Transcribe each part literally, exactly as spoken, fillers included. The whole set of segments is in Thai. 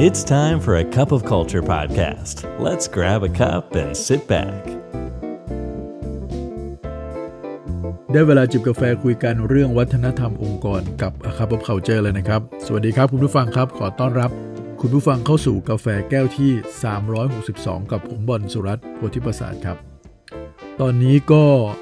It's time for a cup of culture podcast. Let's grab a cup and sit back. ได้เวลาจิบกาแฟคุยกันเรื่องวัฒนธรรมองค์กรกับ A Cup of Culture เลยนะครับสวัสดีครับคุณผู้ฟังครับขอต้อนรับคุณผู้ฟังเข้าสู่กาแฟแก้วที่สามร้อยหกสิบสองกับผมบอลสุรัตน์โพธิประสาทครับตอนนี้ก็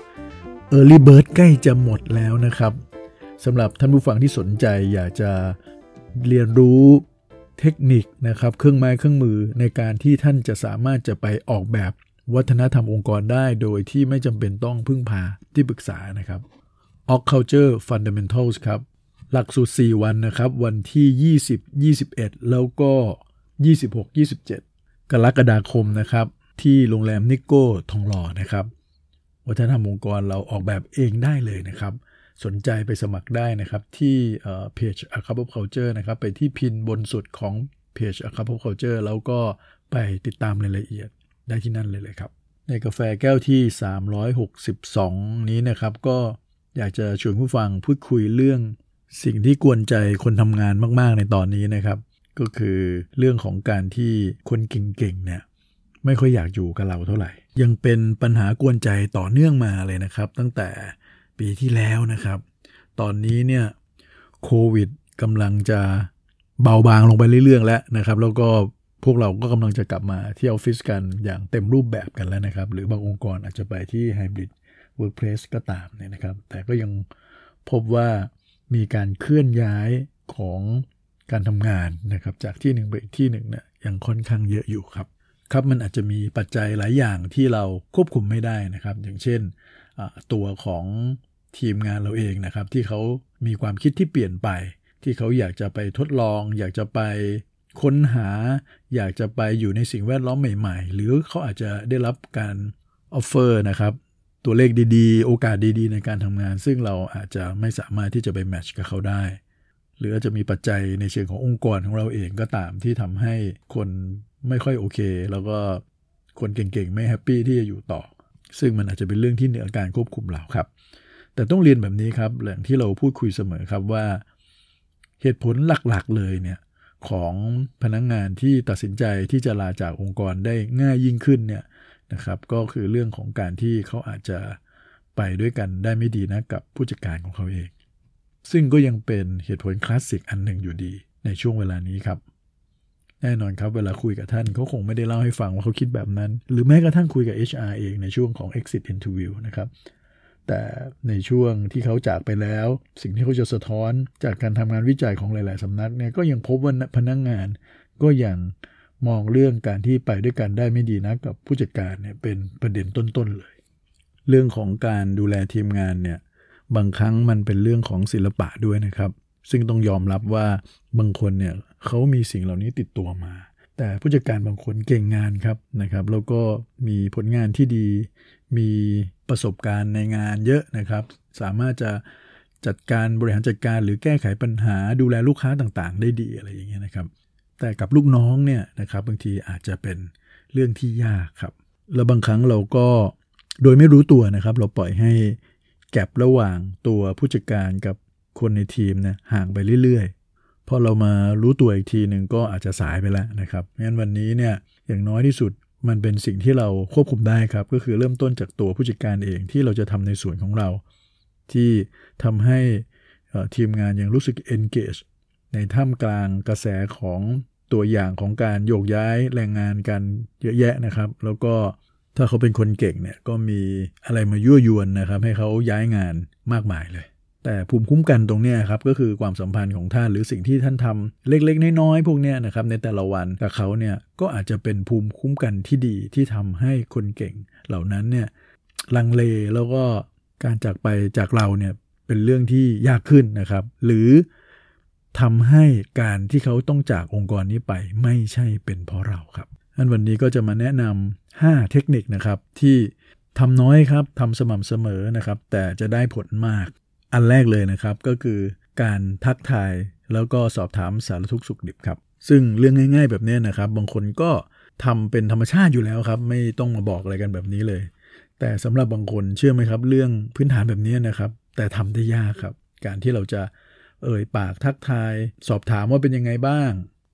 Early Bird ใกล้จะหมดแล้วนะครับสำหรับท่านผู้ฟังที่สนใจอยากจะเรียนรู้เทคนิคนะครับเครื่องไม้เครื่องมือในการที่ท่านจะสามารถจะไปออกแบบวัฒนธรรมองค์กรได้โดยที่ไม่จำเป็นต้องพึ่งพาที่ปรึกษานะครับ A Culture Fundamentals ครับหลักสูตรสี่วันนะครับวันที่ยี่สิบ ยี่สิบเอ็ดแล้วก็ยี่สิบหก ยี่สิบเจ็ดกรกฎาคมนะครับที่โรงแรมนิโก้ทองหล่อนะครับวัฒนธรรมองค์กรเราออกแบบเองได้เลยนะครับสนใจไปสมัครได้นะครับที่เพจ A Cup of Culture นะครับไปที่พินบนสุดของเพจ A Cup of Culture แล้วก็ไปติดตามรายละเอียดได้ที่นั่นเลยเลยครับในกาแฟแก้วที่สามร้อยหกสิบสองนี้นะครับก็อยากจะชวนผู้ฟังพูดคุยเรื่องสิ่งที่กวนใจคนทำงานมากๆในตอนนี้นะครับก็คือเรื่องของการที่คนเก่งๆเนี่ยไม่ค่อยอยากอยู่กับเราเท่าไหร่ยังเป็นปัญหากวนใจต่อเนื่องมาเลยนะครับตั้งแต่ปีที่แล้วนะครับตอนนี้เนี่ยโควิดกำลังจะเบาบางลงไปเรื่อยๆแล้วนะครับแล้วก็พวกเราก็กำลังจะกลับมาที่ออฟฟิศกันอย่างเต็มรูปแบบกันแล้วนะครับหรือบางองค์กรอาจจะไปที่ไฮบริดเวิร์คเพลสก็ตามเนี่ยนะครับแต่ก็ยังพบว่ามีการเคลื่อนย้ายของการทำงานนะครับจากที่หนึ่งไปอีกที่หนึ่งเนี่ยยังค่อนข้างเยอะอยู่ครับครับมันอาจจะมีปัจจัยหลายอย่างที่เราควบคุมไม่ได้นะครับอย่างเช่นตัวของทีมงานเราเองนะครับที่เขามีความคิดที่เปลี่ยนไปที่เขาอยากจะไปทดลองอยากจะไปค้นหาอยากจะไปอยู่ในสิ่งแวดล้อมใหม่ๆหรือเขาอาจจะได้รับการออฟเฟอร์นะครับตัวเลขดีๆโอกาสดีๆในการทำงานซึ่งเราอาจจะไม่สามารถที่จะไปแมทช์กับเขาได้หรืออาจจะมีปัจจัยในเชิงขององค์กรของเราเองก็ตามที่ทำให้คนไม่ค่อยโอเคแล้วก็คนเก่งๆไม่แฮปปี้ที่จะอยู่ต่อซึ่งมันอาจจะเป็นเรื่องที่เหนือการควบคุมเราครับแต่ต้องเรียนแบบนี้ครับอย่างที่เราพูดคุยเสมอครับว่าเหตุผลหลักๆเลยเนี่ยของพนักงานที่ตัดสินใจที่จะลาจากองค์กรได้ง่ายยิ่งขึ้นเนี่ยนะครับก็คือเรื่องของการที่เขาอาจจะไปด้วยกันได้ไม่ดีนะกับผู้จัดการของเขาเองซึ่งก็ยังเป็นเหตุผลคลาสสิกอันหนึ่งอยู่ดีในช่วงเวลานี้ครับแน่นอนครับเวลาคุยกับท่านเขาคงไม่ได้เล่าให้ฟังว่าเขาคิดแบบนั้นหรือแม้กระทั่งคุยกับ เอช อาร์ เองในช่วงของ exit interview นะครับแต่ในช่วงที่เขาจากไปแล้วสิ่งที่เขาจะสะท้อนจากการทำงานวิจัยของหลายๆสำนักเนี่ยก็ยังพบว่าพนักงานก็ยังมองเรื่องการที่ไปด้วยกันได้ไม่ดีนะกับผู้จัดการเนี่ยเป็นประเด็นต้นๆเลยเรื่องของการดูแลทีมงานเนี่ยบางครั้งมันเป็นเรื่องของศิลปะด้วยนะครับซึ่งต้องยอมรับว่าบางคนเนี่ยเขามีสิ่งเหล่านี้ติดตัวมาแต่ผู้จัดการบางคนเก่งงานครับนะครับแล้วก็มีผลงานที่ดีมีประสบการณ์ในงานเยอะนะครับสามารถจะจัดการบริหารจัดการหรือแก้ไขปัญหาดูแลลูกค้าต่างๆได้ดีอะไรอย่างเงี้ยนะครับแต่กับลูกน้องเนี่ยนะครับบางทีอาจจะเป็นเรื่องที่ยากครับแล้วบางครั้งเราก็โดยไม่รู้ตัวนะครับเราปล่อยให้แก็ประหว่างตัวผู้จัดการกับคนในทีมเนี่ยห่างไปเรื่อยๆพอเรามารู้ตัวอีกทีหนึ่งก็อาจจะสายไปแล้วนะครับงั้นวันนี้เนี่ยอย่างน้อยที่สุดมันเป็นสิ่งที่เราควบคุมได้ครับก็คือเริ่มต้นจากตัวผู้จัดการเองที่เราจะทำในส่วนของเราที่ทำให้ทีมงานยังรู้สึก engage ในท่ามกลางกระแสของตัวอย่างของการโยกย้ายแรงงานกันเยอะแยะนะครับแล้วก็ถ้าเขาเป็นคนเก่งเนี่ยก็มีอะไรมายั่วยวนนะครับให้เขาย้ายงานมากมายเลยแต่ภูมิคุ้มกันตรงนี้ครับก็คือความสัมพันธ์ของท่านหรือสิ่งที่ท่านทำเล็กๆน้อยๆพวกนี้นะครับในแต่ละวันกับเขาเนี่ยก็อาจจะเป็นภูมิคุ้มกันที่ดีที่ทำให้คนเก่งเหล่านั้นเนี่ยลังเลแล้วก็การจากไปจากเราเนี่ยเป็นเรื่องที่ยากขึ้นนะครับหรือทำให้การที่เขาต้องจากองค์กรนี้ไปไม่ใช่เป็นเพราะเราครับอันวันนี้ก็จะมาแนะนำห้าเทคนิคนะครับที่ทำน้อยครับทำสม่ำเสมอนะครับแต่จะได้ผลมากอันแรกเลยนะครับก็คือการทักทายแล้วก็สอบถามสารทุกข์สุขดิบครับซึ่งเรื่องง่ายๆแบบนี้นะครับบางคนก็ทำเป็นธรรมชาติอยู่แล้วครับไม่ต้องมาบอกอะไรกันแบบนี้เลยแต่สำหรับบางคนเชื่อไหมครับเรื่องพื้นฐานแบบนี้นะครับแต่ทำได้ยากครับการที่เราจะเอ่ยปากทักทายสอบถามว่าเป็นยังไงบ้าง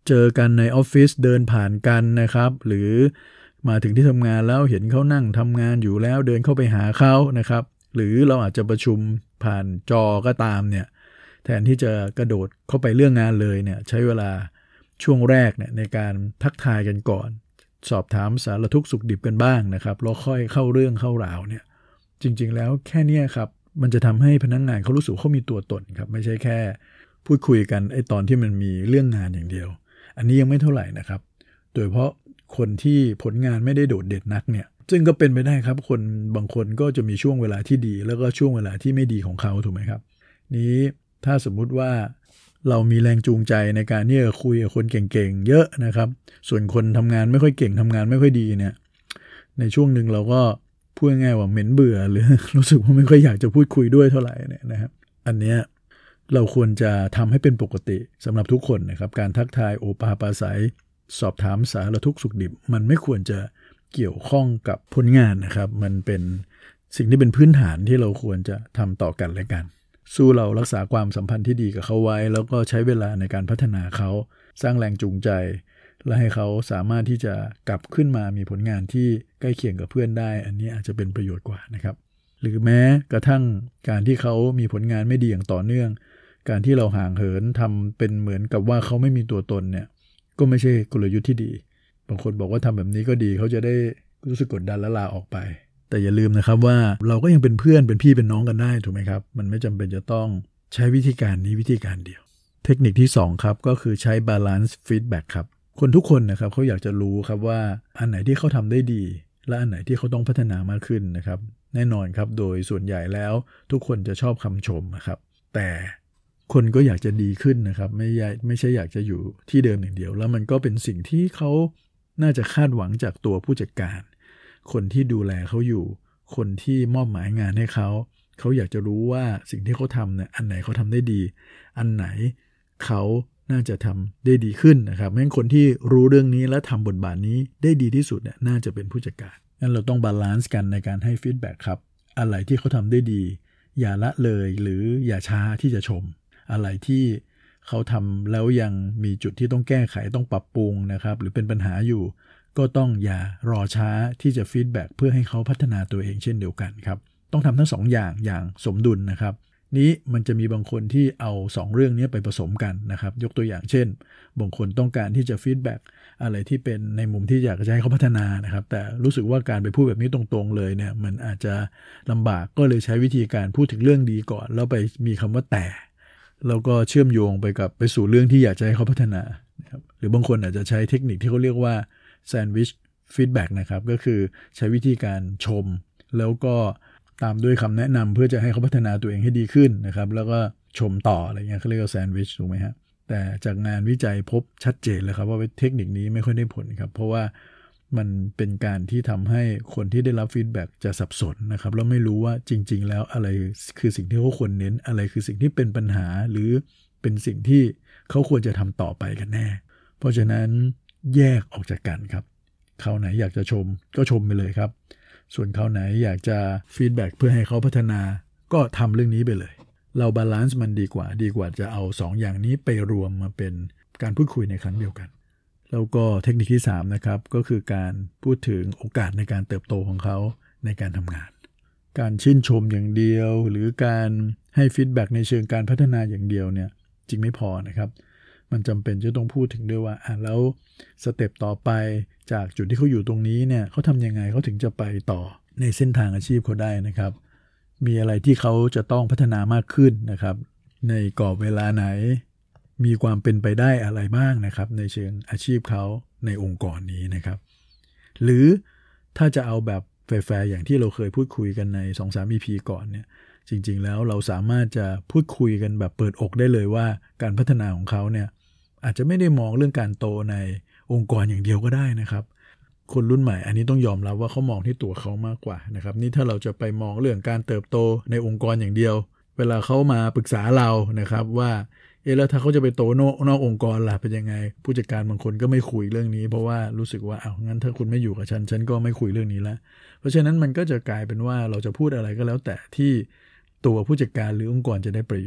เจอกันในออฟฟิศเดินผ่านกันนะครับหรือมาถึงที่ทำงานแล้วเห็นเขานั่งทำงานอยู่แล้วเดินเข้าไปหาเขานะครับหรือเราอาจจะประชุมผ่านจอก็ตามเนี่ยแทนที่จะกระโดดเข้าไปเรื่องงานเลยเนี่ยใช้เวลาช่วงแรกเนี่ยในการทักทายกันก่อนสอบถามสารทุกข์สุขดิบกันบ้างนะครับแล้วค่อยเข้าเรื่องเข้าราวเนี่ยจริงๆแล้วแค่นี้ครับมันจะทำให้พนักงานเขารู้สึกเขามีตัวตนครับไม่ใช่แค่พูดคุยกันไอ้ตอนที่มันมีเรื่องงานอย่างเดียวอันนี้ยังไม่เท่าไหร่นะครับโดยเฉพาะคนที่ผลงานไม่ได้โดดเด่นนักเนี่ยซึ่งก็เป็นไปได้ครับคนบางคนก็จะมีช่วงเวลาที่ดีแล้วก็ช่วงเวลาที่ไม่ดีของเขาถูกไหมครับนี้ถ้าสมมุติว่าเรามีแรงจูงใจในการที่จะคุยกับคนเก่งๆเยอะนะครับส่วนคนทำงานไม่ค่อยเก่งทำงานไม่ค่อยดีเนี่ยในช่วงหนึ่งเราก็พูดง่ายๆว่าเหม็นเบื่อหรือ รู้สึกว่าไม่ค่อยอยากจะพูดคุยด้วยเท่าไหร่เนี่ยนะครับอันเนี้ยเราควรจะทำให้เป็นปกติสำหรับทุกคนนะครับการทักทายโอปาปาศัยสอบถามสารทุกข์สุขดิบมันไม่ควรจะเกี่ยวข้องกับผลงานนะครับมันเป็นสิ่งที่เป็นพื้นฐานที่เราควรจะทำต่อกันและกันสู้เรารักษาความสัมพันธ์ที่ดีกับเขาไว้แล้วก็ใช้เวลาในการพัฒนาเขาสร้างแรงจูงใจและให้เขาสามารถที่จะกลับขึ้นมามีผลงานที่ใกล้เคียงกับเพื่อนได้อันนี้อาจจะเป็นประโยชน์กว่านะครับหรือแม้กระทั่งการที่เขามีผลงานไม่ดีอย่างต่อเนื่องการที่เราห่างเหินทำเป็นเหมือนกับว่าเขาไม่มีตัวตนเนี่ยก็ไม่ใช่กลยุทธ์ที่ดีบางคนบอกว่าทำแบบนี้ก็ดีเขาจะได้รู้สึกกดดันและลาออกไปแต่อย่าลืมนะครับว่าเราก็ยังเป็นเพื่อนเป็นพี่เป็นน้องกันได้ถูกไหมครับมันไม่จำเป็นจะต้องใช้วิธีการนี้วิธีการเดียวเทคนิคที่สองครับก็คือใช้ balance feedback ครับคนทุกคนนะครับเขาอยากจะรู้ครับว่าอันไหนที่เขาทำได้ดีและอันไหนที่เขาต้องพัฒนามากขึ้นนะครับแน่นอนครับโดยส่วนใหญ่แล้วทุกคนจะชอบคำชมนะครับแต่คนก็อยากจะดีขึ้นนะครับไม่ใช่ไม่ใช่อยากจะอยู่ที่เดิมอย่างเดียวแล้วมันก็เป็นสิ่งที่เขาน่าจะคาดหวังจากตัวผู้จัดการคนที่ดูแลเขาอยู่คนที่มอบหมายงานให้เขาเขาอยากจะรู้ว่าสิ่งที่เขาทำเนี่ยอันไหนเขาทำได้ดีอันไหนเขาน่าจะทำได้ดีขึ้นนะครับงั้นคนที่รู้เรื่องนี้และทำบทบาทนี้ได้ดีที่สุดเนี่ยน่าจะเป็นผู้จัดการงั้นเราต้องบาลานซ์กันในการให้ฟีดแบ็กครับอะไรที่เขาทำได้ดีอย่าละเลยหรืออย่าช้าที่จะชมอะไรที่เขาทำแล้วยังมีจุดที่ต้องแก้ไขต้องปรับปรุงนะครับหรือเป็นปัญหาอยู่ก็ต้องอย่ารอช้าที่จะฟีดแบ็กเพื่อให้เขาพัฒนาตัวเองเช่นเดียวกันครับต้องทำทั้งสองอย่างอย่างสมดุลนะครับนี้มันจะมีบางคนที่เอาสองเรื่องนี้ไปผสมกันนะครับยกตัวอย่างเช่นบางคนต้องการที่จะฟีดแบ็กอะไรที่เป็นในมุมที่อยากจะให้เขาพัฒนานะครับแต่รู้สึกว่าการไปพูดแบบนี้ตรงๆเลยเนี่ยมันอาจจะลำบากก็เลยใช้วิธีการพูดถึงเรื่องดีก่อนแล้วไปมีคำว่าแต่แล้วก็เชื่อมโยงไปกับไปสู่เรื่องที่อยากจะให้เขาพัฒนานะครับหรือบางคนอาจจะใช้เทคนิคที่เขาเรียกว่าแซนด์วิชฟีดแบ็กนะครับก็คือใช้วิธีการชมแล้วก็ตามด้วยคำแนะนำเพื่อจะให้เขาพัฒนาตัวเองให้ดีขึ้นนะครับแล้วก็ชมต่ออะไรเงี้ยเขาเรียกว่าแซนด์วิชถูกไหมฮะแต่จากงานวิจัยพบชัดเจนเลยครับว่าเทคนิคนี้ไม่ค่อยได้ผลครับเพราะว่ามันเป็นการที่ทำให้คนที่ได้รับฟีดแบ็กจะสับสนนะครับแล้วไม่รู้ว่าจริงๆแล้วอะไรคือสิ่งที่เขาควรเน้นอะไรคือสิ่งที่เป็นปัญหาหรือเป็นสิ่งที่เขาควรจะทำต่อไปกันแน่เพราะฉะนั้นแยกออกจากกันครับเขาไหนอยากจะชมก็ชมไปเลยครับส่วนเขาไหนอยากจะฟีดแบ็กเพื่อให้เขาพัฒนาก็ทำเรื่องนี้ไปเลยเราบาลานซ์มันดีกว่าดีกว่าจะเอาสองอย่างนี้ไปรวมมาเป็นการพูดคุยในครั้งเดียวกันแล้วก็เทคนิคที่สามนะครับก็คือการพูดถึงโอกาสในการเติบโตของเขาในการทำงานการชื่นชมอย่างเดียวหรือการให้ฟีดแบ็กในเชิงการพัฒนาอย่างเดียวเนี่ยจริงไม่พอนะครับมันจำเป็นจะต้องพูดถึงด้วยว่าอ่ะแล้วสเต็ปต่อไปจากจุดที่เขาอยู่ตรงนี้เนี่ยเขาทำยังไงเขาถึงจะไปต่อในเส้นทางอาชีพเขาได้นะครับมีอะไรที่เขาจะต้องพัฒนามากขึ้นนะครับในกรอบเวลาไหนมีความเป็นไปได้อะไรบ้างนะครับในเชิงอาชีพเขาในองค์กรนี้นะครับหรือถ้าจะเอาแบบแฟร์ๆอย่างที่เราเคยพูดคุยกันใน สองถึงสาม อี พี ก่อนเนี่ยจริงๆแล้วเราสามารถจะพูดคุยกันแบบเปิดอกได้เลยว่าการพัฒนาของเขาเนี่ยอาจจะไม่ได้มองเรื่องการโตในองค์กรอย่างเดียวก็ได้นะครับคนรุ่นใหม่อันนี้ต้องยอมรับว่าเขามองที่ตัวเขามากกว่านะครับนี่ถ้าเราจะไปมองเรื่องการเติบโตในองค์กรอย่างเดียวเวลาเขามาปรึกษาเรานะครับว่าเออแล้วถ้าเขาจะไปโตนอกนอกองค์กรล่ะเป็นยังไงผู้จัดการบางคนก็ไม่คุยเรื่องนี้เพราะว่ารู้สึกว่าอ้าวงั้นถ้าคุณไม่อยู่กับฉันฉันก็ไม่คุยเรื่องนี้ละเพราะฉะนั้นมันก็จะกลายเป็นว่าเราจะพูดอะไรก็แล้วแต่ที่ตัวผู้จัดการหรือองค์กรจะได้ประโยชน์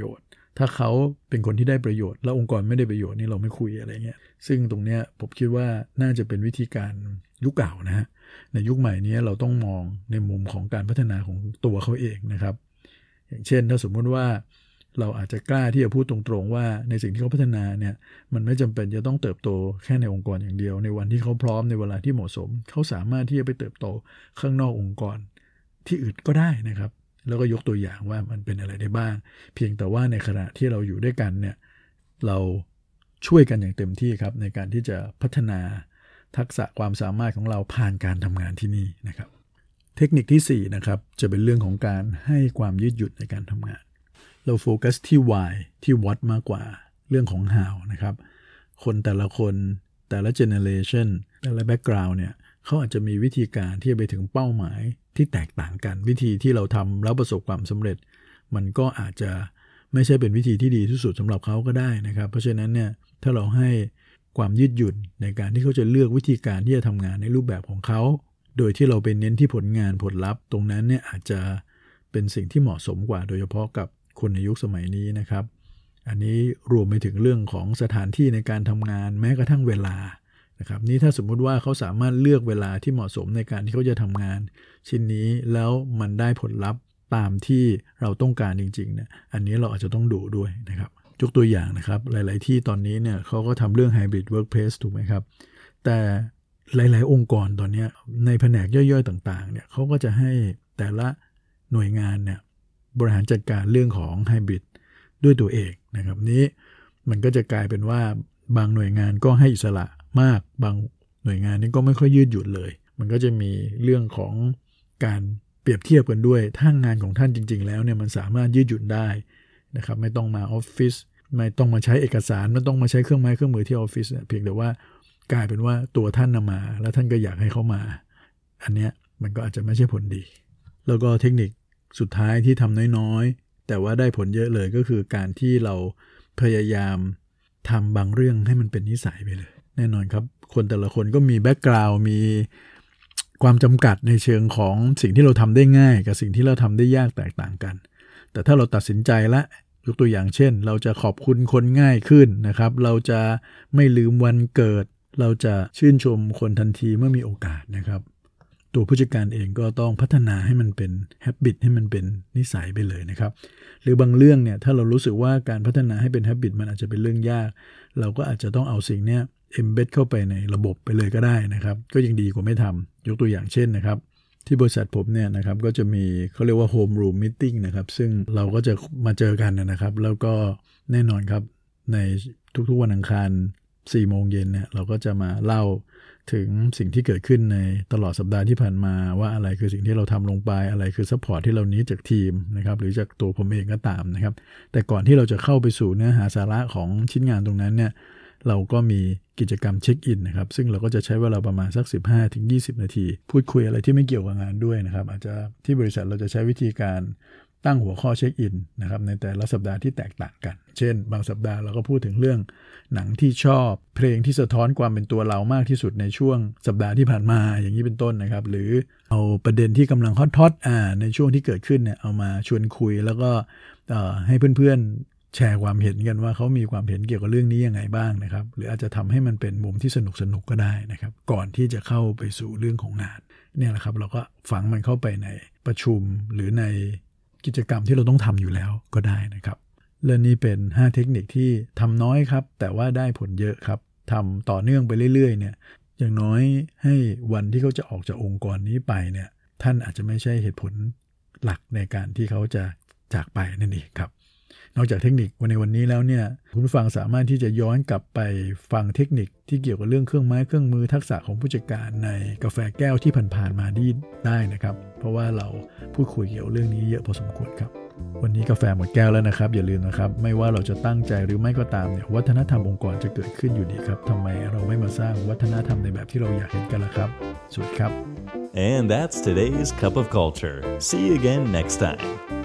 ถ้าเขาเป็นคนที่ได้ประโยชน์แล้วองค์กรไม่ได้ประโยชน์นี่เราไม่คุยอะไรเงี้ยซึ่งตรงเนี้ยผมคิดว่าน่าจะเป็นวิธีการยุคเก่านะฮะในยุคใหม่นี้เราต้องมองในมุมของการพัฒนาของตัวเขาเองนะครับอย่างเช่นถ้าสมมติว่าเราอาจจะกล้าที่จะพูดตรงๆว่าในสิ่งที่เขาพัฒนาเนี่ยมันไม่จำเป็นจะต้องเติบโตแค่ในองค์กรอย่างเดียวในวันที่เขาพร้อมในเวลาที่เหมาะสมเขาสามารถที่จะไปเติบโตข้างนอกองค์กรที่อื่นก็ได้นะครับแล้วก็ยกตัวอย่างว่ามันเป็นอะไรได้บ้างเพียงแต่ว่าในขณะที่เราอยู่ด้วยกันเนี่ยเราช่วยกันอย่างเต็มที่ครับในการที่จะพัฒนาทักษะความสามารถของเราผ่านการทำงานที่นี่นะครับเทคนิคที่สี่นะครับจะเป็นเรื่องของการให้ความยืดหยุ่นในการทำงานเราโฟกัสที่ why ที่ what มากกว่าเรื่องของ how นะครับคนแต่ละคนแต่ละ generation แต่ละ background เนี่ยเขาอาจจะมีวิธีการที่จะไปถึงเป้าหมายที่แตกต่างกันวิธีที่เราทำแล้วประสบความสำเร็จมันก็อาจจะไม่ใช่เป็นวิธีที่ดีที่สุดสำหรับเขาก็ได้นะครับเพราะฉะนั้นเนี่ยถ้าเราให้ความยืดหยุ่นในการที่เขาจะเลือกวิธีการที่จะทำงานในรูปแบบของเขาโดยที่เราไปเน้นที่ผลงานผลลัพธ์ตรงนั้นเนี่ยอาจจะเป็นสิ่งที่เหมาะสมกว่าโดยเฉพาะกับคนในยุคสมัยนี้นะครับอันนี้รวมไปถึงเรื่องของสถานที่ในการทำงานแม้กระทั่งเวลานะครับนี่ถ้าสมมุติว่าเขาสามารถเลือกเวลาที่เหมาะสมในการที่เขาจะทำงานชิ้นนี้แล้วมันได้ผลลัพธ์ตามที่เราต้องการจริงๆเนี่ยอันนี้เราอาจจะต้องดูด้วยนะครับยกตัวอย่างนะครับหลายๆที่ตอนนี้เนี่ยเขาก็ทำเรื่อง hybrid workplace ถูกไหมครับแต่หลายๆองค์กรตอนนี้ในแผนกย่อยๆต่างๆเนี่ยเขาก็จะให้แต่ละหน่วยงานเนี่ยบริหารจัดการเรื่องของ hybrid ด้วยตัวเองนะครับนี้มันก็จะกลายเป็นว่าบางหน่วยงานก็ให้อิสระมากบางหน่วยงานนี่ก็ไม่ค่อยยืดหยุ่นเลยมันก็จะมีเรื่องของการเปรียบเทียบกันด้วยถ้างานของท่านจริงๆแล้วเนี่ยมันสามารถยืดหยุ่นได้นะครับไม่ต้องมาออฟฟิศไม่ต้องมาใช้เอกสารไม่ต้องมาใช้เครื่องไม้เครื่องมือที่ออฟฟิศเพียงแต่ว่ากลายเป็นว่าตัวท่านนำมาแล้วท่านก็อยากให้เขามาอันเนี้ยมันก็อาจจะไม่ใช่ผลดีแล้วก็เทคนิคสุดท้ายที่ทำน้อยๆแต่ว่าได้ผลเยอะเลยก็คือการที่เราพยายามทำบางเรื่องให้มันเป็นนิสัยไปเลยแน่นอนครับคนแต่ละคนก็มีแบ็กกราวด์มีความจำกัดในเชิงของสิ่งที่เราทำได้ง่ายกับสิ่งที่เราทำได้ยากแตกต่างกันแต่ถ้าเราตัดสินใจละยกตัวอย่างเช่นเราจะขอบคุณคนง่ายขึ้นนะครับเราจะไม่ลืมวันเกิดเราจะชื่นชมคนทันทีเมื่อมีโอกาสนะครับตัวผู้จัดการเองก็ต้องพัฒนาให้มันเป็น habit ให้มันเป็นนิสัยไปเลยนะครับหรือบางเรื่องเนี่ยถ้าเรารู้สึกว่าการพัฒนาให้เป็น habit มันอาจจะเป็นเรื่องยากเราก็อาจจะต้องเอาสิ่งเนี้ย embed เข้าไปในระบบไปเลยก็ได้นะครับก็ยังดีกว่าไม่ทำยกตัวอย่างเช่นนะครับที่บริษัทผมเนี่ยนะครับก็จะมีเขาเรียกว่า home room meeting นะครับซึ่งเราก็จะมาเจอกันนะครับแล้วก็แน่นอนครับในทุกๆวันอังคารสี่โมงเย็นเนี่ยเราก็จะมาเล่าถึงสิ่งที่เกิดขึ้นในตลอดสัปดาห์ที่ผ่านมาว่าอะไรคือสิ่งที่เราทำลงไปอะไรคือซัพพอร์ตที่เรานี้จากทีมนะครับหรือจากตัวผมเองก็ตามนะครับแต่ก่อนที่เราจะเข้าไปสู่เนื้อหาสาระของชิ้นงานตรงนั้นเนี่ยเราก็มีกิจกรรมเช็คอินนะครับซึ่งเราก็จะใช้เวลาประมาณสัก สิบห้าถึงยี่สิบ นาทีพูดคุยอะไรที่ไม่เกี่ยวกับงานด้วยนะครับอาจจะที่บริษัทเราจะใช้วิธีการตั้งหัวข้อเช็คอินนะครับในแต่ละสัปดาห์ที่แตกต่างกันเช่นบางสัปดาห์เราก็พูดถึงเรื่องหนังที่ชอบเพลงที่สะท้อนความเป็นตัวเรามากที่สุดในช่วงสัปดาห์ที่ผ่านมาอย่างนี้เป็นต้นนะครับหรือเอาประเด็นที่กำลังฮอตๆอ่าในช่วงที่เกิดขึ้นเนี่ยเอามาชวนคุยแล้วก็เอ่อให้เพื่อนๆแชร์ความเห็นกันว่าเขามีความเห็นเกี่ยวกับเรื่องนี้ยังไงบ้างนะครับหรืออาจจะทำให้มันเป็นมุมที่สนุกๆก็ได้นะครับก่อนที่จะเข้าไปสู่เรื่องของงานเนี่ยแหละครับเราก็ฝังมันเข้าไปในประชุมหรือในกิจกรรมที่เราต้องทำอยู่แล้วก็ได้นะครับและนี่เป็นห้าเทคนิคที่ทำน้อยครับแต่ว่าได้ผลเยอะครับทำต่อเนื่องไปเรื่อยๆเนี่ยอย่างน้อยให้วันที่เขาจะออกจากองค์กรนี้ไปเนี่ยท่านอาจจะไม่ใช่เหตุผลหลักในการที่เขาจะจากไปนั่นเองครับนอกจากเทคนิคในวันนี้แล้วเนี่ยคุณผู้ฟังสามารถที่จะย้อนกลับไปฟังเทคนิคที่เกี่ยวกับเรื่องเครื่องไม้เครื่องมือทักษะของผู้จัดการในกาแฟแก้วที่ผ่านๆมาดีได้นะครับเพราะว่าเราพูดคุยเกี่ยวกับเรื่องนี้เยอะพอสมควรครับวันนี้กาแฟหมดแก้วแล้วนะครับอย่าลืมนะครับไม่ว่าเราจะตั้งใจหรือไม่ก็ตามเนี่ยวัฒนธรรมองค์กรจะเกิดขึ้นอยู่ดีครับทำไมเราไม่มาสร้างวัฒนธรรมในแบบที่เราอยากเห็นกันล่ะครับสวัสดีครับ And that's today's Cup of Culture. See you again next time.